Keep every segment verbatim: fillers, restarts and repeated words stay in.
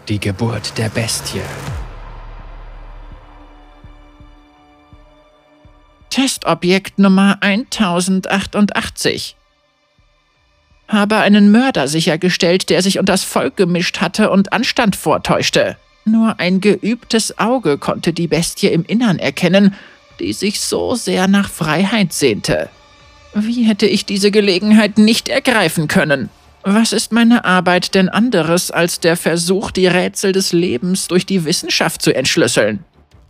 Die Geburt der Bestie. Testobjekt Nummer tausendachtundachtzig. Habe einen Mörder sichergestellt, der sich unters Volk gemischt hatte und Anstand vortäuschte. Nur ein geübtes Auge konnte die Bestie im Innern erkennen, die sich so sehr nach Freiheit sehnte. Wie hätte ich diese Gelegenheit nicht ergreifen können? Was ist meine Arbeit denn anderes als der Versuch, die Rätsel des Lebens durch die Wissenschaft zu entschlüsseln?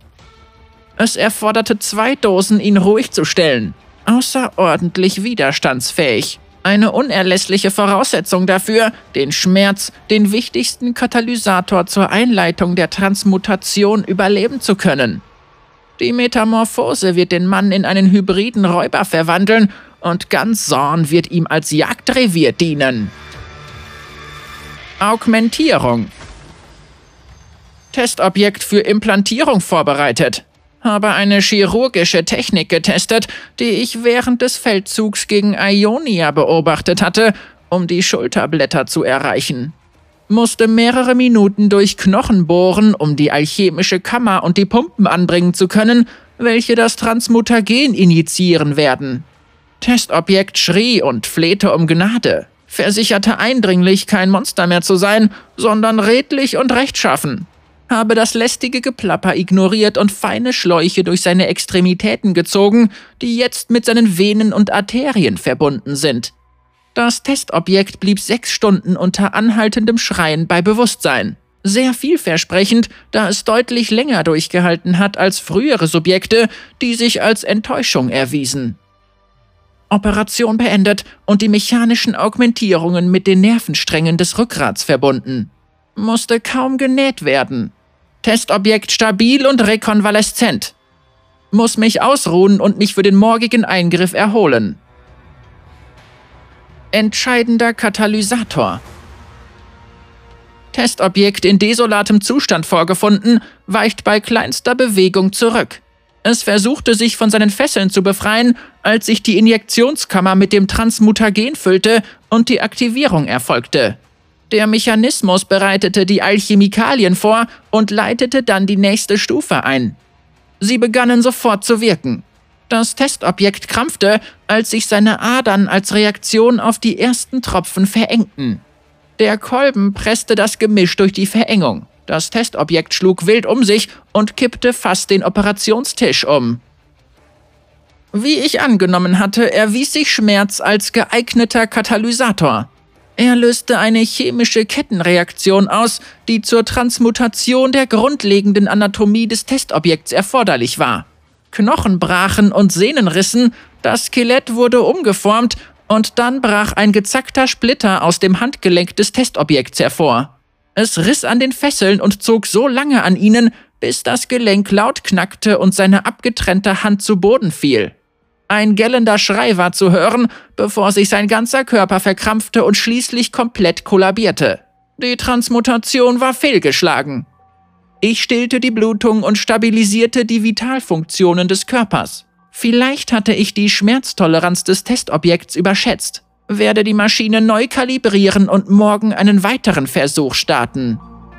Es erforderte zwei Dosen, ihn ruhig zu stellen. Außerordentlich widerstandsfähig. Eine unerlässliche Voraussetzung dafür, den Schmerz, den wichtigsten Katalysator zur Einleitung der Transmutation, überleben zu können. Die Metamorphose wird den Mann in einen hybriden Räuber verwandeln und ganz Zorn wird ihm als Jagdrevier dienen. Augmentierung. Testobjekt für Implantierung vorbereitet. Habe eine chirurgische Technik getestet, die ich während des Feldzugs gegen Ionia beobachtet hatte, um die Schulterblätter zu erreichen. Musste mehrere Minuten durch Knochen bohren, um die alchemische Kammer und die Pumpen anbringen zu können, welche das Transmutagen injizieren werden. Testobjekt schrie und flehte um Gnade, versicherte eindringlich, kein Monster mehr zu sein, sondern redlich und rechtschaffen. Habe das lästige Geplapper ignoriert und feine Schläuche durch seine Extremitäten gezogen, die jetzt mit seinen Venen und Arterien verbunden sind. Das Testobjekt blieb sechs Stunden unter anhaltendem Schreien bei Bewusstsein. Sehr vielversprechend, da es deutlich länger durchgehalten hat als frühere Subjekte, die sich als Enttäuschung erwiesen. Operation beendet und die mechanischen Augmentierungen mit den Nervensträngen des Rückgrats verbunden. Musste kaum genäht werden. Testobjekt stabil und rekonvaleszent. Muss mich ausruhen und mich für den morgigen Eingriff erholen. Entscheidender Katalysator. Testobjekt in desolatem Zustand vorgefunden, weicht bei kleinster Bewegung zurück. Es versuchte, sich von seinen Fesseln zu befreien, als sich die Injektionskammer mit dem Transmutagen füllte und die Aktivierung erfolgte. Der Mechanismus bereitete die Alchemikalien vor und leitete dann die nächste Stufe ein. Sie begannen sofort zu wirken. Das Testobjekt krampfte, als sich seine Adern als Reaktion auf die ersten Tropfen verengten. Der Kolben presste das Gemisch durch die Verengung. Das Testobjekt schlug wild um sich und kippte fast den Operationstisch um. Wie ich angenommen hatte, erwies sich Schmerz als geeigneter Katalysator. Er löste eine chemische Kettenreaktion aus, die zur Transmutation der grundlegenden Anatomie des Testobjekts erforderlich war. Knochen brachen und Sehnen rissen, das Skelett wurde umgeformt und dann brach ein gezackter Splitter aus dem Handgelenk des Testobjekts hervor. Es riss an den Fesseln und zog so lange an ihnen, bis das Gelenk laut knackte und seine abgetrennte Hand zu Boden fiel. Ein gellender Schrei war zu hören, bevor sich sein ganzer Körper verkrampfte und schließlich komplett kollabierte. Die Transmutation war fehlgeschlagen. Ich stillte die Blutung und stabilisierte die Vitalfunktionen des Körpers. Vielleicht hatte ich die Schmerztoleranz des Testobjekts überschätzt. Werde die Maschine neu kalibrieren und morgen einen weiteren Versuch starten.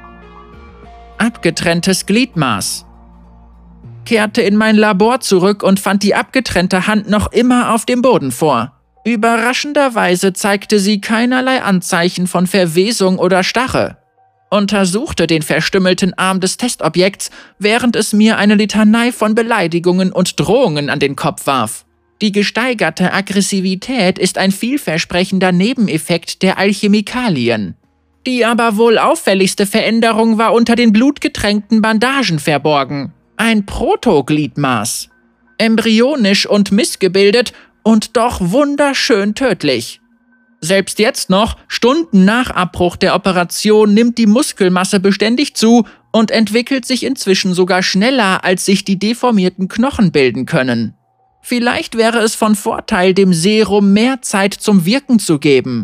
Abgetrenntes Gliedmaß. Kehrte in mein Labor zurück und fand die abgetrennte Hand noch immer auf dem Boden vor. Überraschenderweise zeigte sie keinerlei Anzeichen von Verwesung oder Starre. Untersuchte den verstümmelten Arm des Testobjekts, während es mir eine Litanei von Beleidigungen und Drohungen an den Kopf warf. Die gesteigerte Aggressivität ist ein vielversprechender Nebeneffekt der Alchemikalien. Die aber wohl auffälligste Veränderung war unter den blutgetränkten Bandagen verborgen. Ein Protogliedmaß. Embryonisch und missgebildet und doch wunderschön tödlich. Selbst jetzt noch, Stunden nach Abbruch der Operation, nimmt die Muskelmasse beständig zu und entwickelt sich inzwischen sogar schneller, als sich die deformierten Knochen bilden können. Vielleicht wäre es von Vorteil, dem Serum mehr Zeit zum Wirken zu geben.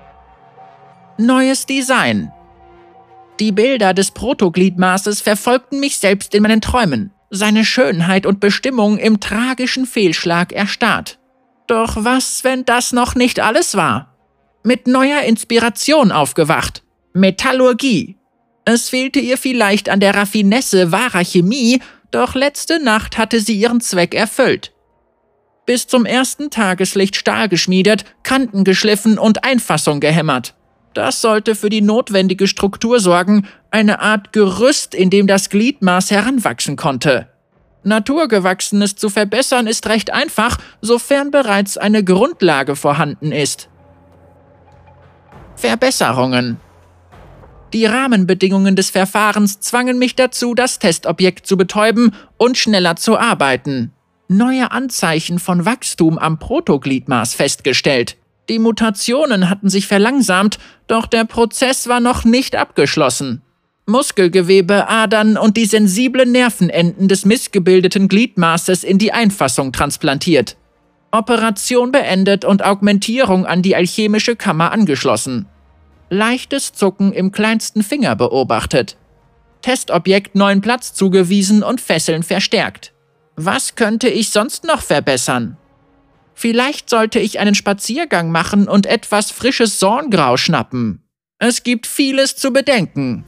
Neues Design. Die Bilder des Protogliedmaßes verfolgten mich selbst in meinen Träumen, seine Schönheit und Bestimmung im tragischen Fehlschlag erstarrt. Doch was, wenn das noch nicht alles war? Mit neuer Inspiration aufgewacht. Metallurgie. Es fehlte ihr vielleicht an der Raffinesse wahrer Chemie, doch letzte Nacht hatte sie ihren Zweck erfüllt. Bis zum ersten Tageslicht Stahl geschmiedet, Kanten geschliffen und Einfassung gehämmert. Das sollte für die notwendige Struktur sorgen, eine Art Gerüst, in dem das Gliedmaß heranwachsen konnte. Naturgewachsenes zu verbessern ist recht einfach, sofern bereits eine Grundlage vorhanden ist. Verbesserungen. Die Rahmenbedingungen des Verfahrens zwangen mich dazu, das Testobjekt zu betäuben und schneller zu arbeiten. Neue Anzeichen von Wachstum am Protogliedmaß festgestellt. Die Mutationen hatten sich verlangsamt, doch der Prozess war noch nicht abgeschlossen. Muskelgewebe, Adern und die sensiblen Nervenenden des missgebildeten Gliedmaßes in die Einfassung transplantiert. Operation beendet und Augmentierung an die alchemische Kammer angeschlossen. Leichtes Zucken im kleinsten Finger beobachtet. Testobjekt neuen Platz zugewiesen und Fesseln verstärkt. Was könnte ich sonst noch verbessern? Vielleicht sollte ich einen Spaziergang machen und etwas frisches Sorngrau schnappen. Es gibt vieles zu bedenken.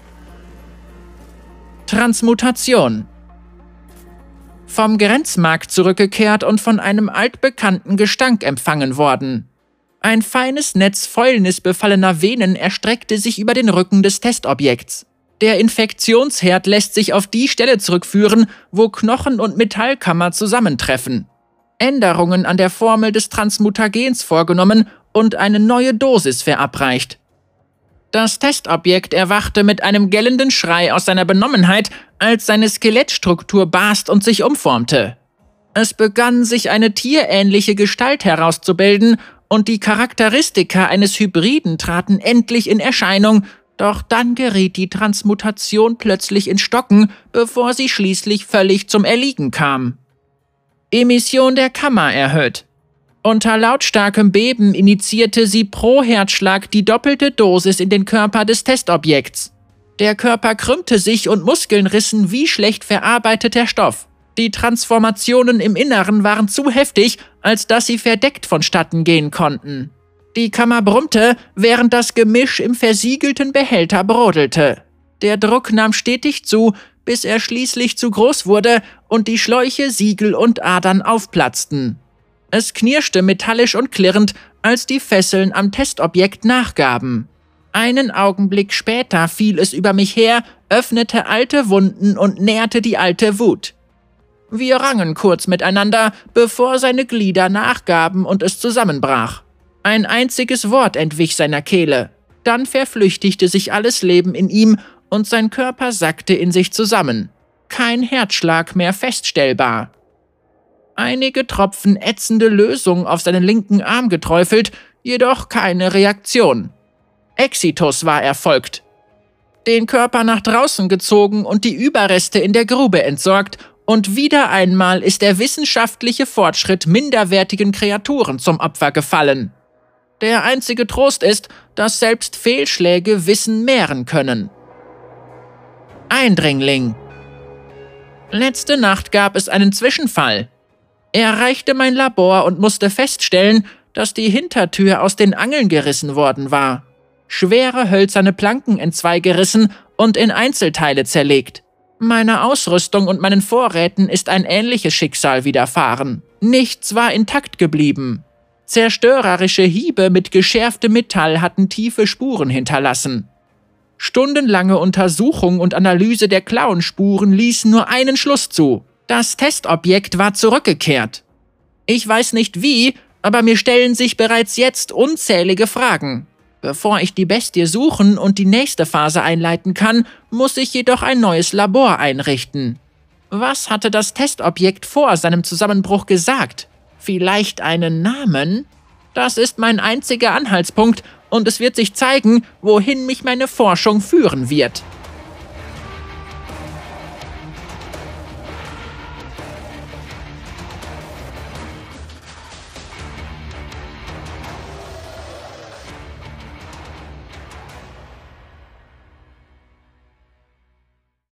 Transmutation. Vom Grenzmarkt zurückgekehrt und von einem altbekannten Gestank empfangen worden. Ein feines Netz fäulnisbefallener Venen erstreckte sich über den Rücken des Testobjekts. Der Infektionsherd lässt sich auf die Stelle zurückführen, wo Knochen und Metallkammer zusammentreffen. Änderungen an der Formel des Transmutagens vorgenommen und eine neue Dosis verabreicht. Das Testobjekt erwachte mit einem gellenden Schrei aus seiner Benommenheit, als seine Skelettstruktur barst und sich umformte. Es begann, sich eine tierähnliche Gestalt herauszubilden, und die Charakteristika eines Hybriden traten endlich in Erscheinung, doch dann geriet die Transmutation plötzlich ins Stocken, bevor sie schließlich völlig zum Erliegen kam. Emission der Kammer erhöht. Unter lautstarkem Beben initiierte sie pro Herzschlag die doppelte Dosis in den Körper des Testobjekts. Der Körper krümmte sich und Muskeln rissen wie schlecht verarbeiteter Stoff. Die Transformationen im Inneren waren zu heftig, als dass sie verdeckt vonstatten gehen konnten. Die Kammer brummte, während das Gemisch im versiegelten Behälter brodelte. Der Druck nahm stetig zu, bis er schließlich zu groß wurde und die Schläuche, Siegel und Adern aufplatzten. Es knirschte metallisch und klirrend, als die Fesseln am Testobjekt nachgaben. Einen Augenblick später fiel es über mich her, öffnete alte Wunden und nährte die alte Wut. Wir rangen kurz miteinander, bevor seine Glieder nachgaben und es zusammenbrach. Ein einziges Wort entwich seiner Kehle. Dann verflüchtigte sich alles Leben in ihm und sein Körper sackte in sich zusammen. Kein Herzschlag mehr feststellbar. Einige Tropfen ätzende Lösung auf seinen linken Arm geträufelt, jedoch keine Reaktion. Exitus war erfolgt. Den Körper nach draußen gezogen und die Überreste in der Grube entsorgt, und wieder einmal ist der wissenschaftliche Fortschritt minderwertigen Kreaturen zum Opfer gefallen. Der einzige Trost ist, dass selbst Fehlschläge Wissen mehren können. Eindringling. Letzte Nacht gab es einen Zwischenfall. Er erreichte mein Labor und musste feststellen, dass die Hintertür aus den Angeln gerissen worden war. Schwere hölzerne Planken entzweigerissen und in Einzelteile zerlegt. Meiner Ausrüstung und meinen Vorräten ist ein ähnliches Schicksal widerfahren. Nichts war intakt geblieben. Zerstörerische Hiebe mit geschärftem Metall hatten tiefe Spuren hinterlassen. Stundenlange Untersuchung und Analyse der Klauenspuren ließen nur einen Schluss zu. Das Testobjekt war zurückgekehrt. Ich weiß nicht wie, aber mir stellen sich bereits jetzt unzählige Fragen. Bevor ich die Bestie suchen und die nächste Phase einleiten kann, muss ich jedoch ein neues Labor einrichten. Was hatte das Testobjekt vor seinem Zusammenbruch gesagt? Vielleicht einen Namen? Das ist mein einziger Anhaltspunkt und es wird sich zeigen, wohin mich meine Forschung führen wird.